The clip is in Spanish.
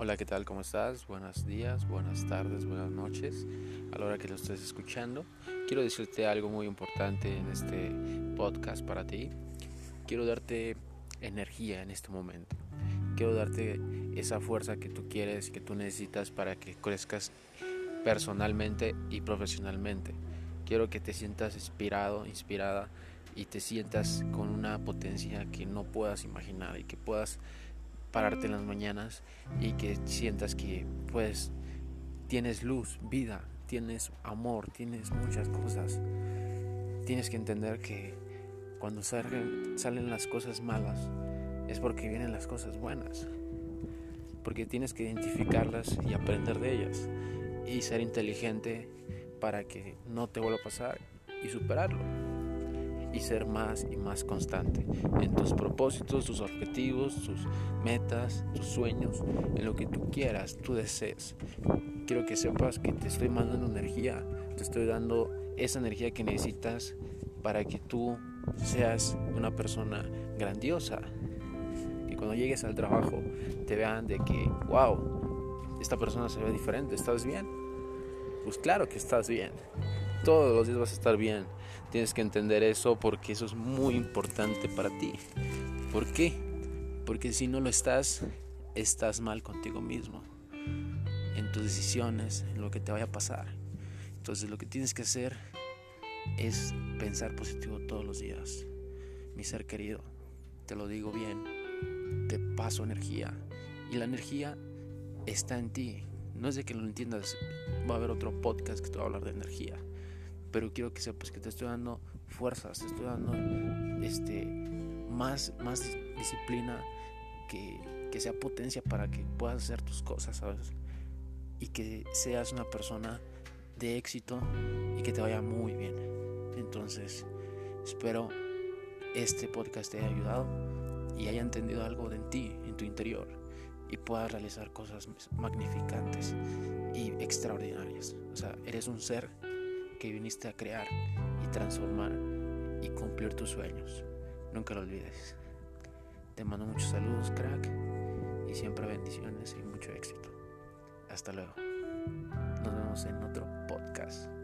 Hola, ¿qué tal? ¿Cómo estás? Buenos días, buenas tardes, buenas noches. A la hora que lo estés escuchando, quiero decirte algo muy importante en este podcast para ti. Quiero darte energía en este momento. Quiero darte esa fuerza que tú quieres, que tú necesitas para que crezcas personalmente y profesionalmente. Quiero que te sientas inspirado, inspirada y te sientas con una potencia que no puedas imaginar y que puedas pararte en las mañanas y que sientas que pues tienes luz, vida, tienes amor, tienes muchas cosas. Tienes que entender que cuando salen las cosas malas es porque vienen las cosas buenas, porque tienes que identificarlas y aprender de ellas y ser inteligente para que no te vuelva a pasar y superarlo y ser más y más constante en tus propósitos, tus objetivos, tus metas, tus sueños, en lo que tú quieras, tú desees. Quiero que sepas que te estoy mandando energía, te estoy dando esa energía que necesitas para que tú seas una persona grandiosa, que cuando llegues al trabajo te vean de que, wow, esta persona se ve diferente, ¿estás bien? Pues claro que estás bien. Todos los días vas a estar bien. Tienes que entender eso porque eso es muy importante para ti. ¿Por qué? Porque si no lo estás mal contigo mismo, en tus decisiones, en lo que te vaya a pasar. Entonces lo que tienes que hacer es pensar positivo todos los días. Mi ser querido, te lo digo bien, te paso energía. Y la energía está en ti. No es de que lo entiendas, va a haber otro podcast que te va a hablar de energía. Pero quiero que sepas que te estoy dando fuerzas, te estoy dando más disciplina, que sea potencia para que puedas hacer tus cosas, ¿sabes? Y que seas una persona de éxito y que te vaya muy bien. Entonces, espero este podcast te haya ayudado y haya entendido algo de ti, en tu interior, y puedas realizar cosas magnificantes y extraordinarias. O sea, eres un ser que viniste a crear y transformar y cumplir tus sueños. Nunca lo olvides. Te mando muchos saludos, crack, y siempre bendiciones y mucho éxito. Hasta luego. Nos vemos en otro podcast.